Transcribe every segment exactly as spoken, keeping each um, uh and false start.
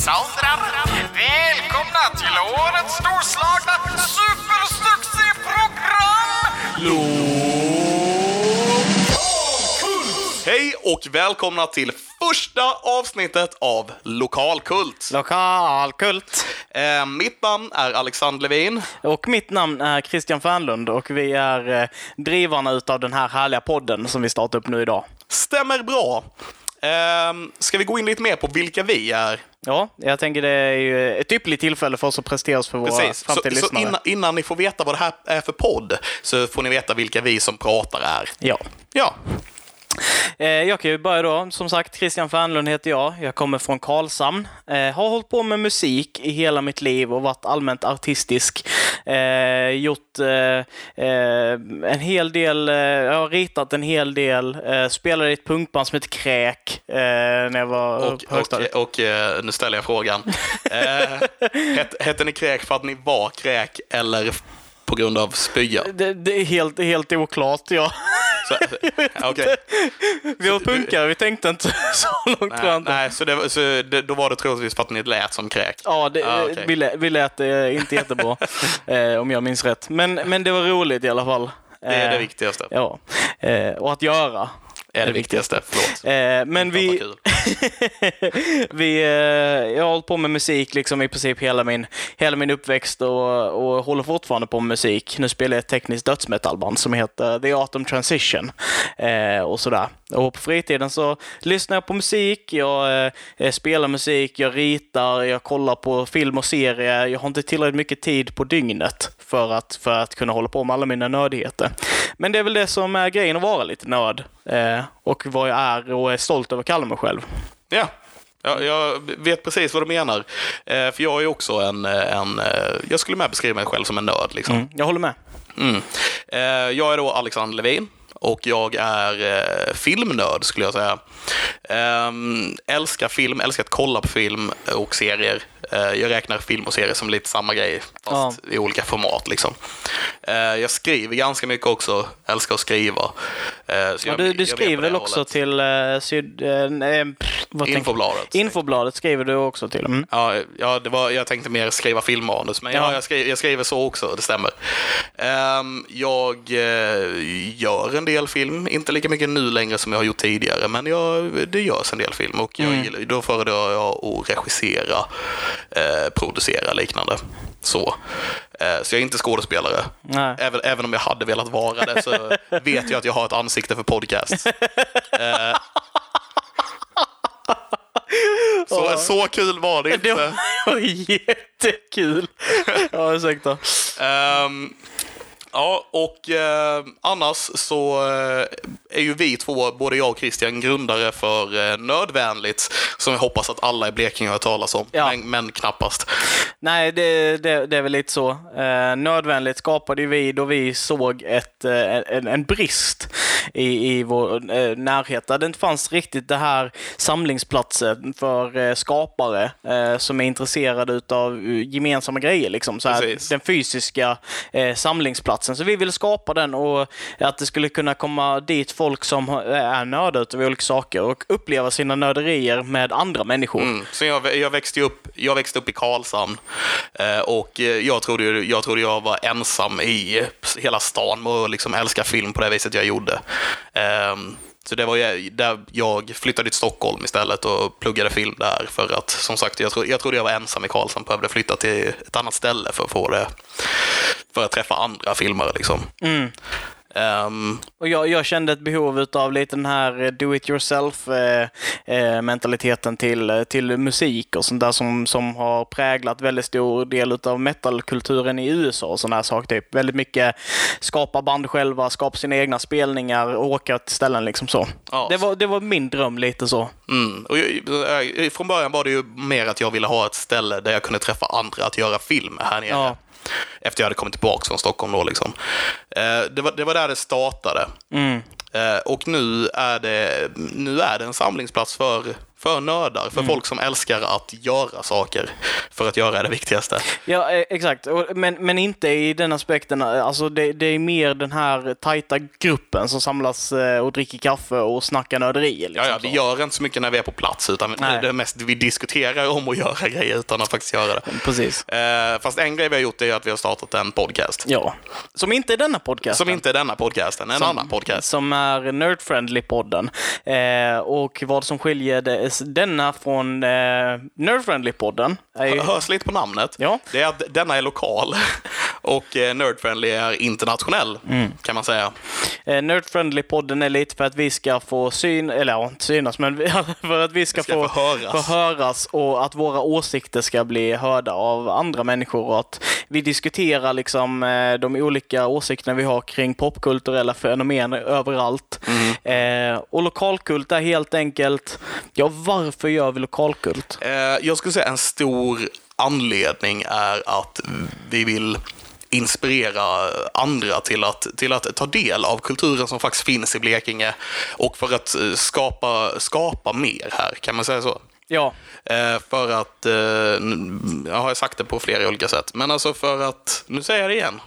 Sandra, välkomna till årets storslagna supersuccéprogram Lokalkult! Hej och välkomna till första avsnittet av Lokalkult. Lokalkult. Eh, mitt namn är Alexander Levin. Och mitt namn är Christian Fernlund och vi är eh, drivarna utav den här härliga podden som vi startar upp nu idag. Stämmer bra. Eh, ska vi gå in lite mer på vilka vi är? Ja, jag tänker det är ju ett ypperligt tillfälle för oss att presentera oss för våra Precis. framtida Så, lyssnare. så innan, innan ni får veta vad det här är för podd så får ni veta vilka vi som pratar är. Ja. Ja. Eh, jag kan ju börja då. Som sagt, Christian Fernlund heter jag. Jag kommer från Karlshamn. Eh, har hållit på med musik i hela mitt liv och varit allmänt artistisk. Eh, gjort eh, eh, en hel del, eh, jag har ritat en hel del. Eh, spelade i ett punkband som heter Kräk eh, när jag var Och, och, och eh, nu ställer jag frågan. eh, het, hette ni Kräk för att ni var kräk eller på grund av spya? Det, det är helt, helt oklart, ja. Så, okay. Vi var punkare, vi tänkte inte så långt. Nej, tror jag inte. nej så, det, så det, då var det troligtvis för att ni lät som kräk. Ja, det, ah, okay. vi, lät, vi lät det inte jättebra, eh, om jag minns rätt. Men, men det var roligt i alla fall. Det är det viktigaste. Ja, eh, och att göra. Är det viktigaste, förlåt. Eh, men vi, vi eh, jag har hållit på med musik liksom i princip hela min, hela min uppväxt och, och håller fortfarande på med musik. Nu spelar jag ett tekniskt dödsmetallband som heter The Autumn Transition eh, och sådär. Och på fritiden så lyssnar jag på musik, jag eh, spelar musik, jag ritar, jag kollar på film och serier. Jag har inte tillräckligt mycket tid på dygnet för att, för att kunna hålla på med alla mina nördigheter. Men det är väl det som är grejen att vara lite nörd. Eh, och vad jag är och är stolt över att kalla mig själv. Ja, jag, jag vet precis vad du menar. Eh, för jag är också en, en... Jag skulle med beskriva mig själv som en nörd. Liksom. Mm, jag håller med. Mm. Eh, jag är då Alexander Levin. Och jag är eh, filmnörd skulle jag säga. Eh, älskar film, älskar att kolla på film och serier. Eh, jag räknar film och serier som lite samma grej, fast ja. i olika format liksom. Eh, jag skriver ganska mycket också, älskar att skriva. Eh, så ja, jag, du du jag skriver väl också hållet. till uh, syd, uh, vad Infobladet. Infobladet skriver du också till. Mm. Ja, ja det var, jag tänkte mer skriva filmmanus, men ja. Ja, jag, skriver, jag skriver så också, det stämmer. Um, jag uh, gör en del film, inte lika mycket nu längre som jag har gjort tidigare, men jag, det görs en del film och jag, mm. då föredrar jag att regissera, uh, producera liknande. Så. Uh, så jag är inte skådespelare. Även, även om jag hade velat vara det så vet jag att jag har ett ansikte för podcast. Uh, Så, oh. så kul var det inte. Det var jättekul. Ja, ursäkta. Um, ja, och uh, annars så uh, är ju vi två, både jag och Christian, grundare för uh, Nördvänligt, som jag hoppas att alla i Blekinge har talas om, ja. men, men knappast. Nej, det, det, det är väl lite så. Uh, Nördvänligt skapade vi då vi såg ett, uh, en, en brist i, i vår uh, närhet. Där det inte fanns riktigt det här samlingsplatsen för uh, skapare uh, som är intresserade av uh, gemensamma grejer. Liksom. Så här, den fysiska uh, samlingsplatsen. Så vi ville skapa den och att det skulle kunna komma dit folk som är nördar utav olika saker och uppleva sina nörderier med andra människor. Mm. Så jag, jag, växte upp, jag växte upp i Karlshamn och jag trodde, jag trodde jag var ensam i hela stan med att liksom älska film på det viset jag gjorde. Så det var jag, där jag flyttade till Stockholm istället och pluggade film där för att, som sagt, jag, tro, jag trodde jag var ensam i Karlshamn, behövde flytta till ett annat ställe för att få det, för att träffa andra filmare liksom. Mm. Um, och jag, jag kände ett behov av lite den här do-it-yourself-mentaliteten eh, till, till musik och sånt där som, som har präglat väldigt stor del av metalkulturen i U S A och sådana här saker. Typ. Väldigt mycket skapa band själva, skapa sina egna spelningar och åka till ställen liksom så. Ja. Det, var, det var min dröm lite så. Mm. Och jag, från början var det ju mer att jag ville ha ett ställe där jag kunde träffa andra att göra film här nere. Ja. Efter jag hade kommit tillbaka från Stockholm då liksom. Eh, det, var, det var där det startade. Mm. Eh, och nu är det, nu är det en samlingsplats för, för nördar, för mm. folk som älskar att göra saker för att göra det viktigaste. Ja, exakt. Men, men inte i den aspekten. Alltså det, det är mer den här tajta gruppen som samlas och dricker kaffe och snackar nörderier. Liksom, ja, ja, vi gör inte så mycket när vi är på plats, utan Nej. det är mest vi diskuterar om att göra grejer utan att faktiskt göra det. Precis. Eh, fast en grej vi har gjort är att vi har startat en podcast. Ja, som inte är denna podcasten. Som inte är denna podcasten, en som, annan podcast. Som är Nerdfriendly-podden. Eh, och vad som skiljer det, denna från eh, Nerdfriendly-podden är ju... Hörs lite på namnet. Ja. Det är att denna är lokal och eh, Nerdfriendly är internationell, mm. kan man säga. Eh, Nerdfriendly-podden är lite för att vi ska få syn, eller ja, inte synas, men för att vi ska, ska få, få, höras. få höras och att våra åsikter ska bli hörda av andra människor och att vi diskuterar liksom eh, de olika åsikterna vi har kring popkulturella fenomen överallt. Mm. Eh, och lokalkult är helt enkelt, ja, varför gör vi lokalkult? Eh, jag skulle säga en stor anledning är att vi vill inspirera andra till att, till att ta del av kulturen som faktiskt finns i Blekinge och för att skapa, skapa mer här, kan man säga så? Ja. Eh, för att, eh, jag har sagt det på flera olika sätt, men alltså för att, nu säger jag det igen.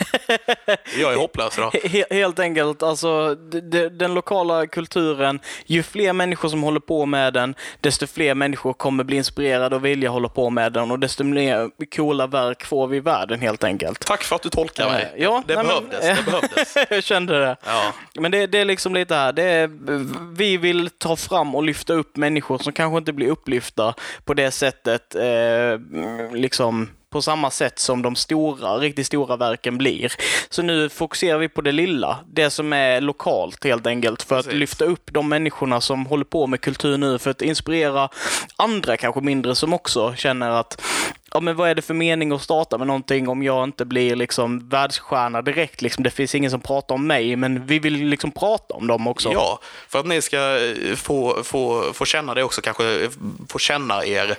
Jag är hopplös då. Helt enkelt, alltså d- den lokala kulturen, ju fler människor som håller på med den, desto fler människor kommer bli inspirerade och vilja hålla på med den och desto mer coola verk får vi i världen helt enkelt. Tack för att du tolkar mig. Uh, ja, det, nej, behövdes, men, det behövdes. Jag kände det. Ja. Men det, det är liksom lite här, det är, vi vill ta fram och lyfta upp människor som kanske inte blir upplyfta på det sättet, eh, liksom på samma sätt som de stora, riktigt stora verken blir. Så nu fokuserar vi på det lilla, det som är lokalt helt enkelt, för Precis. att lyfta upp de människorna som håller på med kultur nu, för att inspirera andra kanske mindre som också känner att ja, men vad är det för mening att starta med någonting om jag inte blir liksom världsstjärna direkt? Liksom, det finns ingen som pratar om mig, men vi vill liksom prata om dem också. Ja, för att ni ska få, få, få känna det också, kanske få känna er,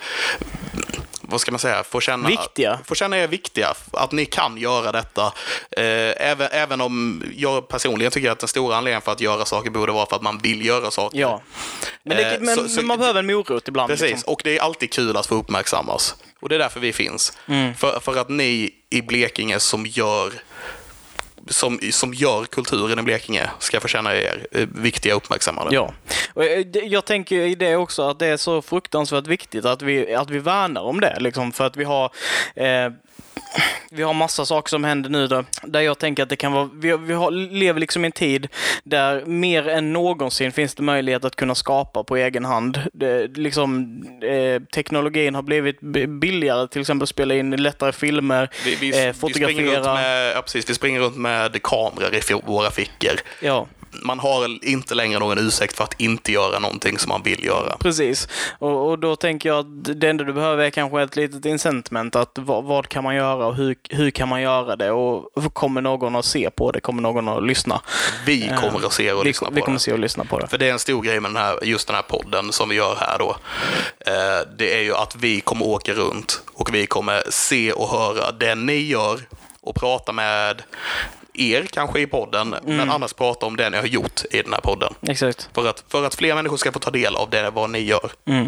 vad ska man säga, få känna, viktiga. Få känna er viktiga, att ni kan göra detta. Eh, även, även om jag personligen tycker att den stora anledningen för att göra saker borde vara för att man vill göra saker. Ja, men, det, eh, men, så, så, man behöver en morot ibland. Precis, liksom. Och det är alltid kul att få uppmärksammas. Och det är därför vi finns. Mm. För, för att ni i Blekinge som gör Som, som gör kulturen i Blekinge ska få känna er viktiga uppmärksammade. Ja, och jag tänker i det också att det är så fruktansvärt viktigt att vi, att vi värnar om det. Liksom, för att vi har... Eh, Vi har massa saker som händer nu där, där jag tänker att det kan vara, vi, vi har, lever liksom i en tid där mer än någonsin finns det möjlighet att kunna skapa på egen hand. Det, liksom, eh, teknologin har blivit billigare, till exempel spela in lättare filmer, vi, vi, eh, fotografera. Vi springer runt med, ja, precis, vi springer runt med kameror i våra fickor. Ja. Man har inte längre någon ursäkt för att inte göra någonting som man vill göra. Precis. Och, och då tänker jag att det enda du behöver är kanske ett litet incitament. Att vad, vad kan man göra och hur, hur kan man göra det? Och kommer någon att se på det? Kommer någon att lyssna? Vi kommer att se och vi, lyssna på vi kommer det. att se och lyssna på det. För det är en stor grej med den här, just den här podden som vi gör här då. Eh, det är ju att vi kommer åka runt och vi kommer se och höra det ni gör och prata med er kanske i podden, mm. men annars prata om det ni har gjort i den här podden. Exakt. För att, för att fler människor ska få ta del av det, vad ni gör. Mm.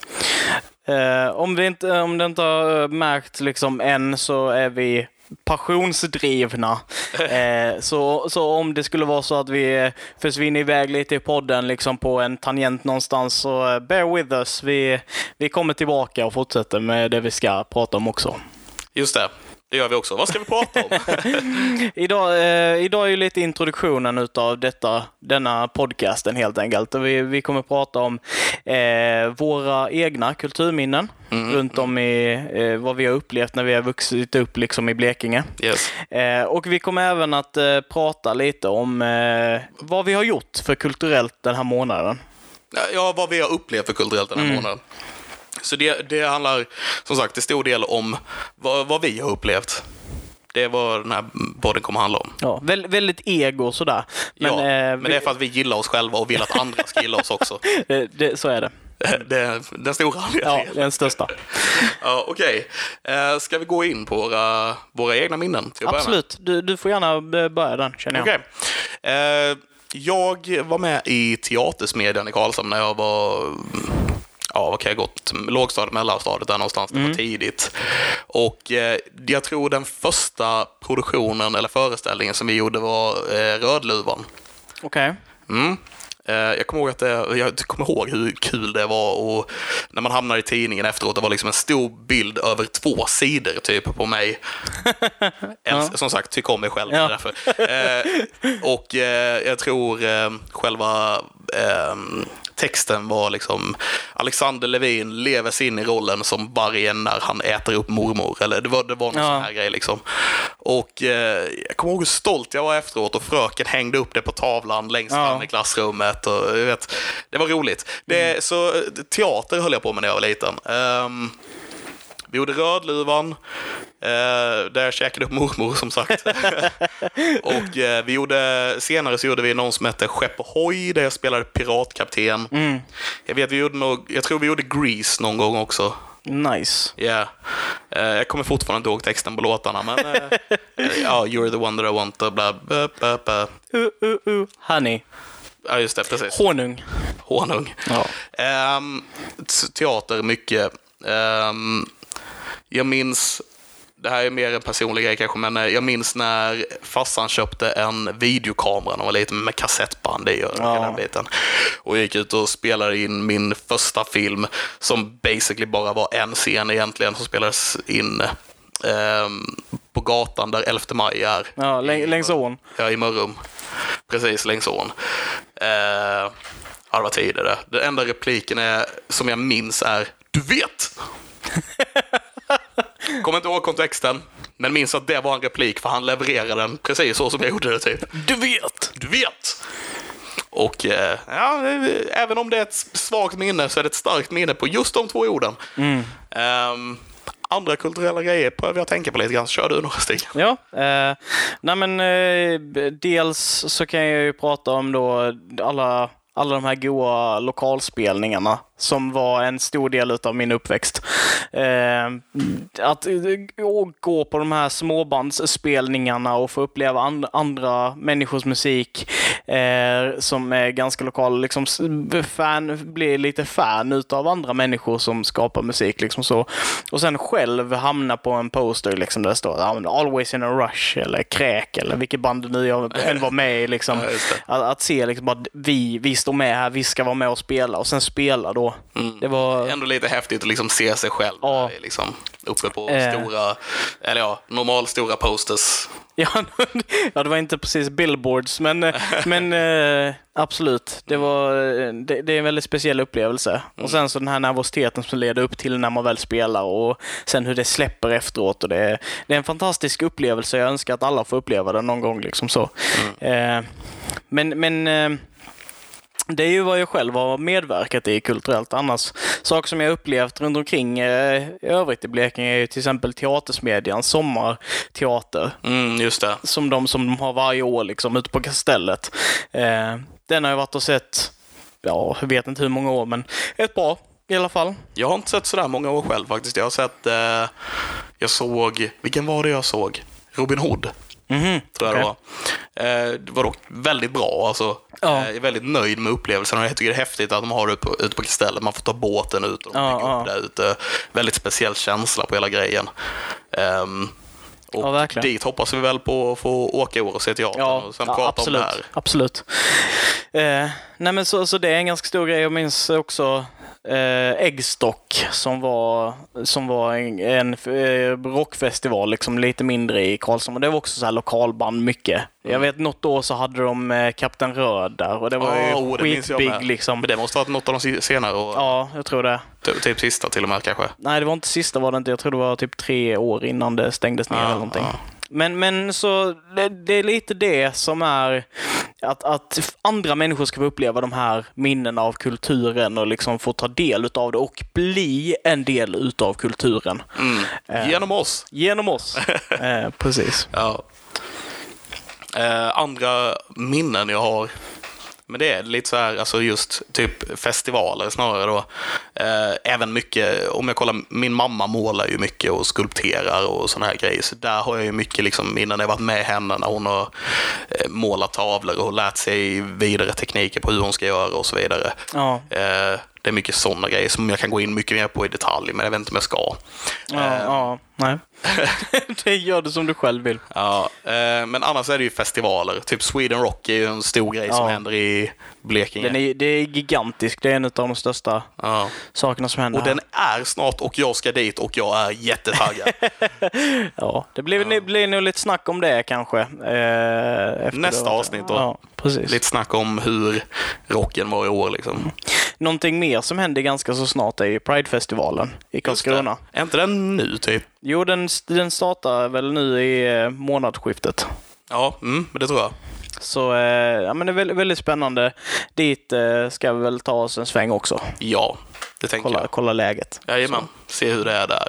Eh, om, vi inte, om det inte har märkt liksom än så är vi passionsdrivna. eh, så, så om det skulle vara så att vi försvinner iväg lite i podden liksom på en tangent någonstans, så bear with us. Vi, vi kommer tillbaka och fortsätter med det vi ska prata om också. Just det. Det gör vi också. Vad ska vi prata om? idag, eh, idag är ju lite introduktionen utav detta, denna podcasten helt enkelt. Och vi, vi kommer prata om eh, våra egna kulturminnen mm, runt om i eh, vad vi har upplevt när vi har vuxit upp liksom i Blekinge. Yes. Eh, och vi kommer även att eh, prata lite om eh, vad vi har gjort för kulturellt den här månaden. Ja, vad vi har upplevt för kulturellt den här mm. månaden. Så det, det handlar som sagt till stor del om vad, vad vi har upplevt. Det är vad den här podden kommer handla om. Ja, väldigt, väldigt ego och sådär. Men, ja, eh, men vi... det är för att vi gillar oss själva och vill att andra ska gilla oss också. det, det, så är det. Det är den stora anledningen. Ja, det är den största. Ja, okej. Okay. Ska vi gå in på våra, våra egna minnen? Till att Absolut. Du, du får gärna börja den, känner jag. Okej. Okay. Jag var med i Teatersmedjan i Karlshamn när jag var ja, vad kan jag gått? Lågstadiet, mellanstadiet där någonstans. Det var mm. tidigt. Och eh, jag tror den första produktionen eller föreställningen som vi gjorde var eh, Rödluvan. Okej. Okay. Mm. Jag kommer ihåg att det, jag kommer ihåg hur kul det var, och när man hamnade i tidningen efteråt, det var liksom en stor bild över två sidor typ på mig. Ja. Som sagt, tycker om mig själv. Ja. Därför. Och jag tror själva texten var liksom Alexander Levin lever sig in i rollen som vargen när han äter upp mormor, eller det var, det var någon ja. sån här grej liksom. Och eh, jag kommer ihåg hur stolt jag var efteråt, och fröken hängde upp det på tavlan längst fram ja. i klassrummet, och jag vet, det var roligt. Det, mm. Så teater höll jag på med när jag var liten. Um, Vi gjorde Rödluvan, eh, där jag käkade upp mormor som sagt. Och eh, vi gjorde, senare så gjorde vi någon som hette Skepp Ohoj, där jag spelade piratkapten. Mm. Jag vet, vi gjorde nog, jag tror vi gjorde Grease någon gång också. Nice. Ja. Yeah. Uh, jag kommer fortfarande inte ihåg texten på låtarna, men uh, ja, you're the one that I want, bla bla bla bla. Uh, uh, uh. Honey. Ja, just det, precis. Honung. Honung. Ja. Um, teater, mycket. Um, jag minns, det här är mer en personlig grej kanske, men jag minns när farsan köpte en videokamera och var lite med kassettband i och hela den biten. Och jag gick ut och spelade in min första film, som basically bara var en scen egentligen, som spelades in eh, på gatan där elfte maj är. Ja, läng- längs ån. Ja, i Mörrum. Precis, längs ån. Eh, ja, det var tidigare. Den enda repliken är, som jag minns är, du vet! Kommer inte ihåg kontexten, men minns att det var en replik, för han levererade den precis så som jag gjorde det typ. Du vet! Du vet! Och eh, ja, även om det är ett svagt minne, så är det ett starkt minne på just de två orden. Mm. Um, andra kulturella grejer behöver jag tänka på lite grann. Kör du några steg? Ja, eh, nej men eh, dels så kan jag ju prata om då alla alla de här goa lokalspelningarna som var en stor del av min uppväxt. Eh, att gå på de här småbandsspelningarna och få uppleva and- andra människors musik eh, som är ganska lokal, liksom fan, bli lite fan utav andra människor som skapar musik liksom så. Och sen själv hamna på en poster liksom där det står Always in a Rush eller Kräk eller vilket band nu jag än var med i liksom. Ja, att, att se liksom att vi, vi står med här, vi ska vara med och spela och sen spela då. Mm. Det var ändå lite häftigt att liksom se sig själv ja. liksom, uppe på eh. stora, eller ja, normal stora posters. Ja, ja, det var inte precis billboards, men, men eh, absolut. Det, var, det, det är en väldigt speciell upplevelse. Mm. Och sen så den här nervositeten som leder upp till när man väl spelar och sen hur det släpper efteråt. Och det, det är en fantastisk upplevelse. Jag önskar att alla får uppleva den någon gång. Liksom så. Mm. Eh, men... men eh, det är ju vad jag själv har medverkat i kulturellt. Annars, saker som jag upplevt runt omkring eh, i övrigt i Blekinge är ju till exempel Teatersmedjans sommarteater. Mm, just det. Som de som de har varje år liksom, ute på Kastellet. Eh, den har jag varit och sett, ja, jag vet inte hur många år, men ett par i alla fall. Jag har inte sett sådär många år själv faktiskt. Jag har sett, eh, jag såg, vilken var det jag såg? Robin Hood. Mm-hmm. Tror jag okay. det var. Eh, det var dock väldigt bra. Alltså, ja. eh, jag är väldigt nöjd med upplevelsen och jag tycker det är häftigt att de har det ute på, ute på Kastellet. Man får ta båten ut och de ja, ja. upp där ute. Väldigt speciell känsla på hela grejen. Um, och ja, dit hoppas vi väl på att få åka i år och se teatern ja, och sen ja, prata absolut, om det här. Absolut. Eh, nej men så, så det är en ganska stor grej. Jag minns också eh, Eggstock som var, som var en, en eh, rockfestival liksom, lite mindre i Karlsson. Och det var också så här lokalband mycket. Mm. Jag vet något år så hade de eh, Kapten Röd där och det var oh, ju skitbig liksom. Men det måste ha varit något av de senare år. Ja, jag tror det. Typ, typ sista till och med kanske. Nej, det var inte sista var det inte. Jag tror det var typ tre år innan det stängdes ner ah, eller någonting. Ah. Men, men så det, det är lite det som är att, att andra människor ska få uppleva de här minnena av kulturen och liksom få ta del utav det och bli en del utav kulturen. Mm. Eh, genom oss. Genom oss. eh, precis. Ja. Eh, andra minnen jag har, men det är lite så här, alltså just typ festivaler snarare då. Eh, även mycket, om jag kollar, min mamma målar ju mycket och skulpterar och såna här grejer. Så där har jag ju mycket liksom minnen. Jag har varit med henne när hon har eh, målat tavlor och lärt sig vidare tekniker på hur hon ska göra och så vidare. Ja. Eh, Det är mycket sådana grejer som jag kan gå in mycket mer på i detalj, men jag vet inte om jag ska. Ja, uh, ja nej. Det gör du som du själv vill. Ja, uh, men annars är det ju festivaler. Typ Sweden Rock är ju en stor grej ja. som händer i Blekinge. Den är, det är gigantisk. Det är en av de största ja. sakerna som händer. Och här. Den är snart och jag ska dit och jag är jättetaggad. Ja, det blir, ja. blir nog lite snack om det kanske. Eh, Nästa avsnitt då. Ja, precis. Lite snack om hur rocken var i år liksom. Mm. Någonting mer som händer ganska så snart är ju Pride-festivalen i Karlskrona. Är inte den nu typ? Jo, den, den startar väl nu i eh, månadsskiftet. Ja, mm, det tror jag. Så eh, ja, men det är väldigt, väldigt spännande. Dit eh, ska vi väl ta oss en sväng också. Ja, det tänker kolla, jag. Kolla läget. Jajamän, se hur det är där.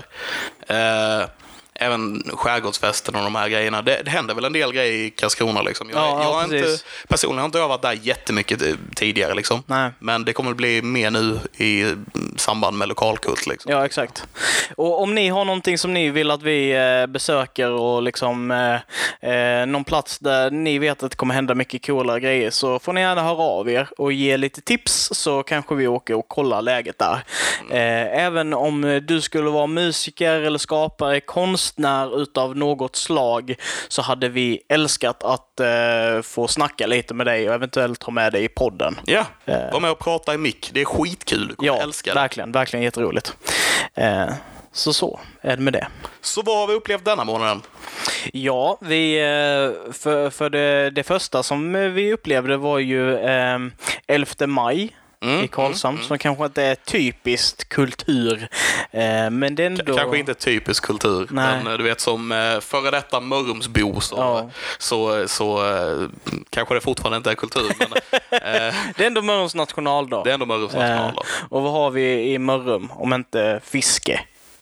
Eh, även skärgårdsfesten och de här grejerna. Det, det händer väl en del grejer i Karlskrona liksom. Jag, ja, jag ja, har inte, personligen har inte jag varit där jättemycket tidigare liksom. Nej. Men det kommer att bli mer nu i samband med lokalkult liksom. Ja, exakt. Och om ni har någonting som ni vill att vi eh, besöker och liksom eh, eh, någon plats där ni vet att det kommer hända mycket coola grejer, så får ni gärna höra av er och ge lite tips, så kanske vi åker och kollar läget där. Eh, även om du skulle vara musiker eller skapare, konst konstnär utav något slag, så hade vi älskat att eh, få snacka lite med dig och eventuellt ha med dig i podden. Ja, eh. var med och prata i mick. Det är skitkul. Du kommer ja, älska det. Verkligen, verkligen jätteroligt. Eh, så så är det med det. Så vad har vi upplevt denna månaden? Ja, vi, för, för det, det första som vi upplevde var ju eh, elfte maj. Mm, i Karlshamn, mm, som kanske inte är typiskt kultur, eh, men det är ändå... Kanske inte typisk kultur, Nej. men du vet, som eh, före detta Mörrumsbo så, ja. så, så eh, kanske det fortfarande inte är kultur. Men, eh, det är ändå Mörrums nationaldag. Det är ändå Mörrums nationaldag. Eh, och vad har vi i Mörrum om inte fiske?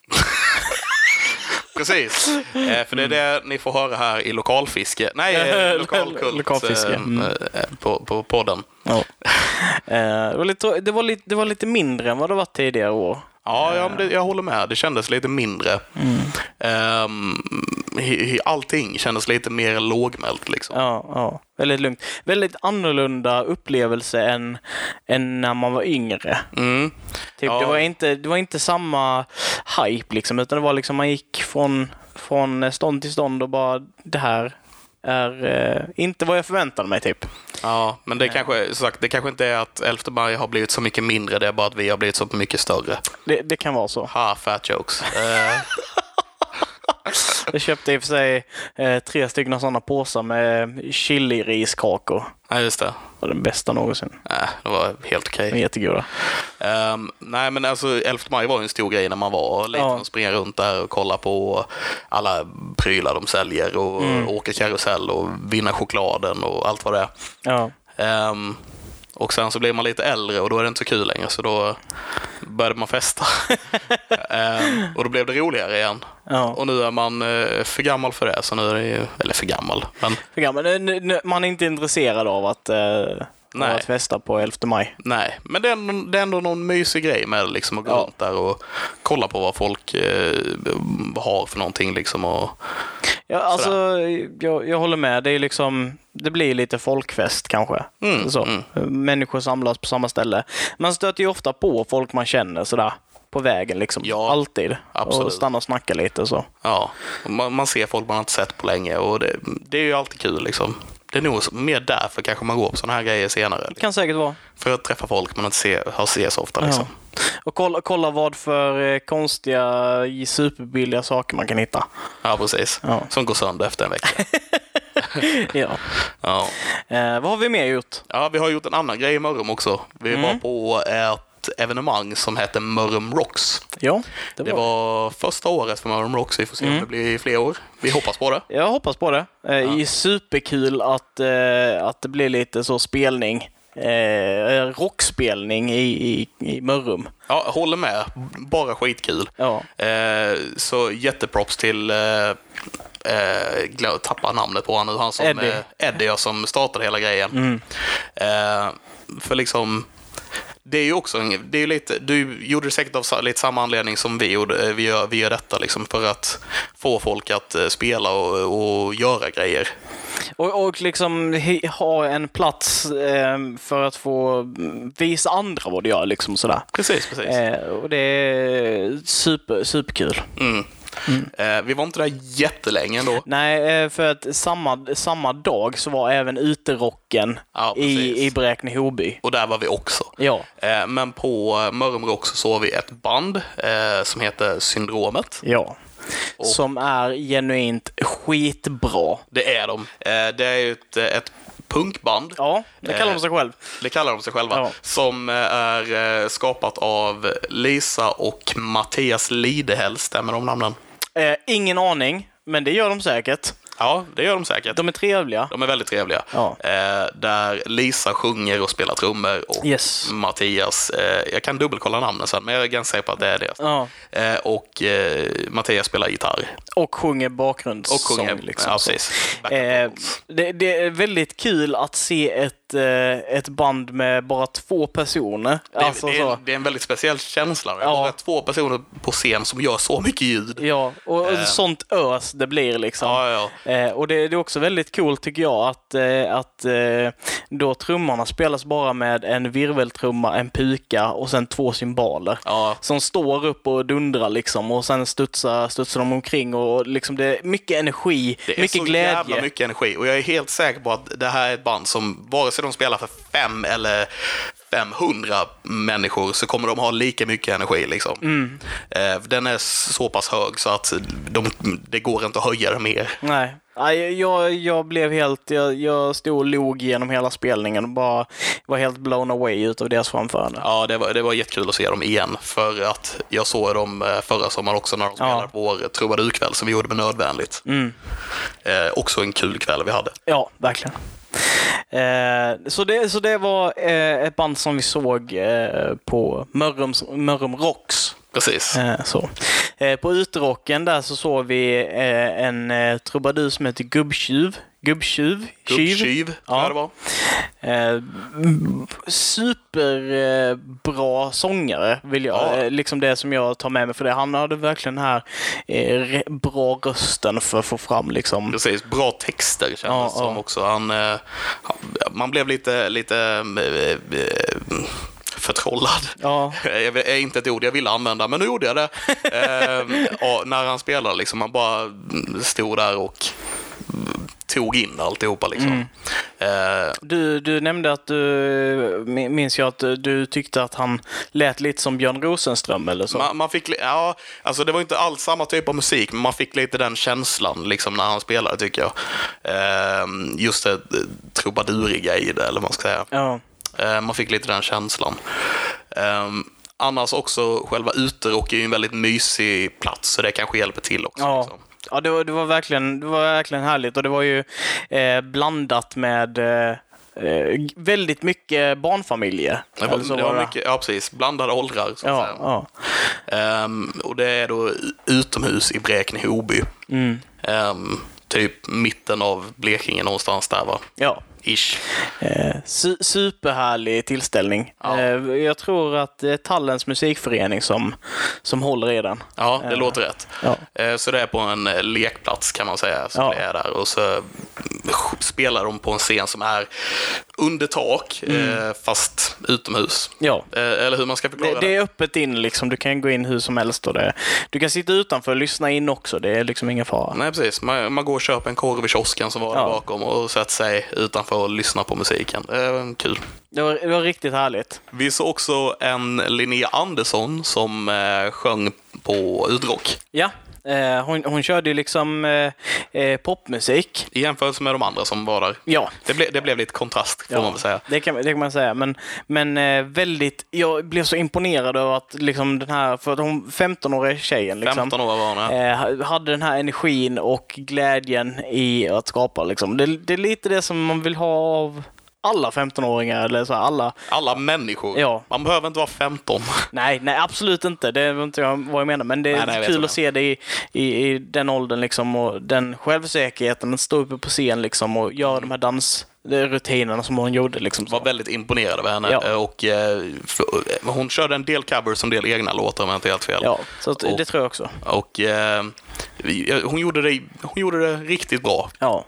Precis, eh, för det är det ni får höra här i lokalfiske. Nej, eh, lokalkult lokalfiske. Mm. Eh, på, på podden. Ja. eh, det, var lite, det, var lite, det var lite mindre än vad det var tidigare år. Ja, ja men det, jag håller med. Det kändes lite mindre. Mm. Um, allting kändes lite mer lågmält liksom. Ja, ja. Väldigt lugnt. Väldigt annorlunda upplevelse än, än när man var yngre. Mm. Typ, ja. det, var inte, det var inte samma hype liksom, utan det var liksom man gick från, från stånd till stånd och bara det här är eh, inte vad jag förväntade mig typ. Ja, men det, ja. Kanske, sagt, det kanske inte är att elfte maj har blivit så mycket mindre, det är bara att vi har blivit så mycket större. Det, det kan vara så. Ha, fat jokes. uh. Jag köpte i och för sig eh, tre stycken sådana påsar med chili-riskakor. Ja, just det. Det var den bästa någonsin. Nej, det var helt okej. Okay. Jättegoda. Um, nej, men alltså elfte maj var ju en stor grej när man var liten ja. och springa runt där och kolla på alla prylar de säljer och mm. åka karusell och vinna chokladen och allt vad det är. Ja. Um, och sen så blir man lite äldre och då är det inte så kul längre, så då började man festa. um, och då blev det roligare igen. Ja. Och nu är man uh, för gammal för det, så nu är det ju, eller för gammal. Men... För gammal. Man är inte intresserad av att, uh, av att festa på elfte maj. Nej, men det är, ändå, det är ändå någon mysig grej med liksom att gå ja. runt där och kolla på vad folk uh, har för någonting liksom och... Ja, alltså, jag, jag håller med. Det är liksom, det blir lite folkfest kanske. Mm, så. Mm. Människor samlas på samma ställe. Man stöter ju ofta på folk man känner sådär på vägen liksom. Ja, alltid. Absolut. Och stanna och snacka lite och så. Ja, man, man ser folk man inte sett på länge och det, det är ju alltid kul liksom. Det är nog mer därför kanske man går på sådana här grejer senare. Liksom. Det kan säkert vara. För att träffa folk man inte ser, har ser så ofta liksom. Ja. Och kolla, kolla vad för eh, konstiga, superbilliga saker man kan hitta. Ja, precis. Ja. Som går sönder efter en vecka. ja. ja. Eh, vad har vi mer gjort? Ja, vi har gjort en annan grej i Mörrum också. Vi mm. var på ett evenemang som heter Mörrum Rocks. Ja, det var, det var första året för Mörrum Rocks. Vi får se mm. om det blir fler år. Vi hoppas på det. Jag hoppas på det. Eh, ja. Superkul att, eh, att det blir lite så spelning. Eh, rockspelning i, i, i Mörrum. Ja, håller med. Bara skitkul. Ja. Eh, så jätteprops till eh, eh, glöm, tappa namnet på han nu. Han som Eddie, eh, Eddie som startade hela grejen. Mm. Eh, för liksom det är ju också en, det är ju lite, du gjorde det säkert av lite samma anledning som vi gjorde, vi gör, vi gör detta liksom för att få folk att spela och, och göra grejer. Och, och liksom he, ha en plats eh, för att få visa andra vad du gör. Liksom sådär. Precis, precis. Eh, och det är super, superkul. Mm. Mm. Eh, vi var inte där jättelänge ändå. Nej, för att samma, samma dag så var även uterocken ja, i, i Bräkne-Hoby. Och där var vi också. Ja. Eh, men på Mörrum Rock så såg vi ett band eh, som heter Syndromet. Ja. Och som är genuint skitbra. Det är de. Eh, det är ju ett, ett punkband. Ja, det kallar de sig själv. Det kallar de sig själva. Ja. Som är skapat av Lisa och Mattias Lidehäll. Stämmer de namnen? Eh, ingen aning, men det gör de säkert. Ja, det gör de säkert. De är trevliga. De är väldigt trevliga. Ja. Eh, där Lisa sjunger och spelar trummor och yes. Mattias, eh, jag kan dubbelkolla namnen sen, men jag är ganska säker på att det är det. Ja. Eh, och eh, Mattias spelar gitarr. Och sjunger bakgrundssång. Och sjunger, liksom. ja, precis. Eh, det, det är väldigt kul att se ett, eh, ett band med bara två personer. Det, alltså, det, är, så. det är en väldigt speciell känsla. Det är ja. bara två personer på scen som gör så mycket ljud. Ja, och eh. sånt ös det blir liksom. Ja, ja. Eh, och det, det är också väldigt coolt tycker jag att, eh, att eh, då trummorna spelas bara med en virveltrumma, en puka och sen två cymbaler. Ja. Som står upp och dundrar liksom och sen studsar, studsar de omkring och liksom det är mycket energi, det är mycket så glädje. jävla mycket energi och jag är helt säker på att det här är ett band som vare sig de spelar för fem eller femhundra människor så kommer de ha lika mycket energi liksom. Mm. Eh, den är så pass hög så att de, det går inte att höja det mer. Nej. Jag, jag blev helt, jag, jag stod och log genom hela spelningen och bara var helt blown away utav deras framförande. Ja, det var, det var jättekul att se dem igen för att jag såg dem förra sommaren också när de spelade ja. på vår trubadurkväll som vi gjorde med Nödvändigt. Mm. Eh, också en kul kväll vi hade. Ja, verkligen. Eh, så, det, så det var eh, ett band som vi såg eh, på Mörrum, Mörrum Rocks. Precis. Eh, så. Eh, på uterocken där så såg vi eh, en eh, trubadur som heter Gubbtjuv. Gubbtjuv? Gubbtjuv, ja. Det var. Eh, superbra eh, sångare vill jag, ja. eh, liksom det som jag tar med mig för det. Han hade verkligen den här eh, bra rösten för att få fram liksom. Precis, bra texter kändes ja, som ja. också. Han, eh, man blev lite, lite eh, eh, förtrollad. Ja. Jag är inte ett ord jag ville använda, men nu gjorde jag det. eh, ja, när han spelade, liksom, han bara stod där och tog in alltihopa. Liksom. Mm. Eh, du, du nämnde att du, minns jag att du tyckte att han lät lite som Björn Rosenström eller så. Man, man fick, ja, alltså det var inte alls samma typ av musik, men man fick lite den känslan liksom, när han spelade, tycker jag. Eh, just det trubaduriga i det, eller vad man ska säga. Ja. Man fick lite den känslan. Um, annars också, själva uterock är ju en väldigt mysig plats, så det kanske hjälper till också. Ja, liksom. ja det, var, det, var verkligen, det var verkligen härligt. Och det var ju eh, blandat med eh, väldigt mycket barnfamiljer. Det var, det var mycket, ja, precis. Blandade åldrar, så att ja, säga. Ja. Um, och det är då utomhus i Bräkne-Hoby. Mm. Um, typ mitten av Blekinge någonstans där, va? Ja. Ish. Eh, su- superhärlig tillställning. Ja. Eh, jag tror att det är Tallens musikförening som, som håller i den. Ja, det eh, låter rätt. Ja. Eh, så det är på en eh, lekplats, kan man säga, som Ja. det är där. Och så spelar de på en scen som är under tak, Mm. eh, fast utomhus. Ja. Eh, eller hur man ska förklara Det, det. det är öppet in liksom. Du kan gå in hur som helst. Och det, du kan sitta utanför och lyssna in också. Det är liksom ingen fara. Nej, precis. Man, man går och köper en korv i kiosken som var Ja. där bakom och sätter sig utanför och lyssnar på musiken. Det är kul. Det var, det var riktigt härligt. Vi såg också en Linnea Andersson som eh, sjöng på utrock. Ja. Eh, hon, hon körde ju liksom eh, eh, popmusik. I jämförelse med de andra som var där. Ja. Det, ble, det blev lite kontrast, får Ja, man väl säga. Det kan, det kan man säga. Men, men eh, väldigt... Jag blev så imponerad över att liksom den här... För att hon femton-åriga tjejen liksom, femton år var hon, ja. eh, hade den här energin och glädjen i att skapa. Liksom. Det, det är lite det som man vill ha av alla femton-åringar. Eller så här, alla... Alla människor. Ja. Man behöver inte vara femton. Nej, nej, absolut inte. Det är inte vad jag menar. Men det är Nej, nej, kul att se det i, i, i den åldern liksom, och den självsäkerheten. Att stå uppe på scen liksom, och göra de här dansrutinerna som hon gjorde. Liksom, var väldigt imponerad av henne. Ja. Och, eh, för, hon körde en del covers och en del egna låtar, om jag inte helt fel. Ja, så att, och, det tror jag också. Och eh, hon, gjorde det, hon gjorde det riktigt bra. Ja.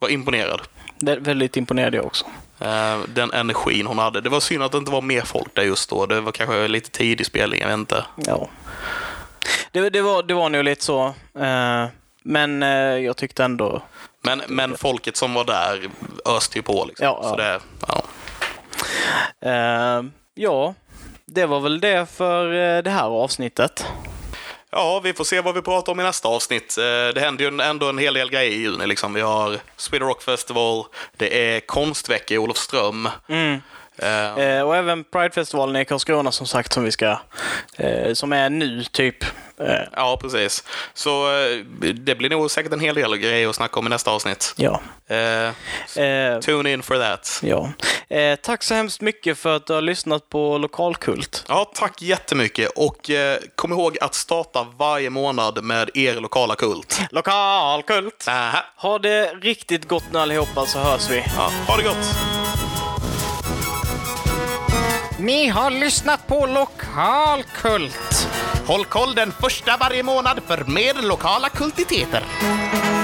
var imponerad. Vä- väldigt imponerad jag också. Uh, den energin hon hade. Det var synd att det inte var mer folk där just då. Det var kanske lite tidig spelning, jag vet inte. Ja. Det, det, var, det var nog lite så. Uh, men uh, jag tyckte ändå... Men, men folket som var där öste ju på. Liksom. Ja, så ja. Det, ja. Uh, ja, det var väl det för uh, det här avsnittet. Ja, vi får se vad vi pratar om i nästa avsnitt. Det händer ju ändå en hel del grejer i juni. Liksom. Vi har Sweden Rock Festival, det är konstvecka i Olofström. Mm. Uh, eh, och även Pride-festivalen i Karlskrona som sagt som vi ska eh, som är nu typ. Eh. Ja, precis. Så eh, det blir nog säkert en hel del grejer att snacka om i nästa avsnitt. Ja. Uh, Eh, tune in for that. ja. Eh, tack så hemskt mycket för att du har lyssnat på Lokalkult. Ja, tack jättemycket. Och eh, kom ihåg att starta varje månad med er lokala kult. Lokalkult! Aha. Ha det riktigt gott nu allihopa så hörs vi. Ja, ha det gott! Ni har lyssnat på Lokalkult. Håll koll den första varje månad för mer lokala kultiteter.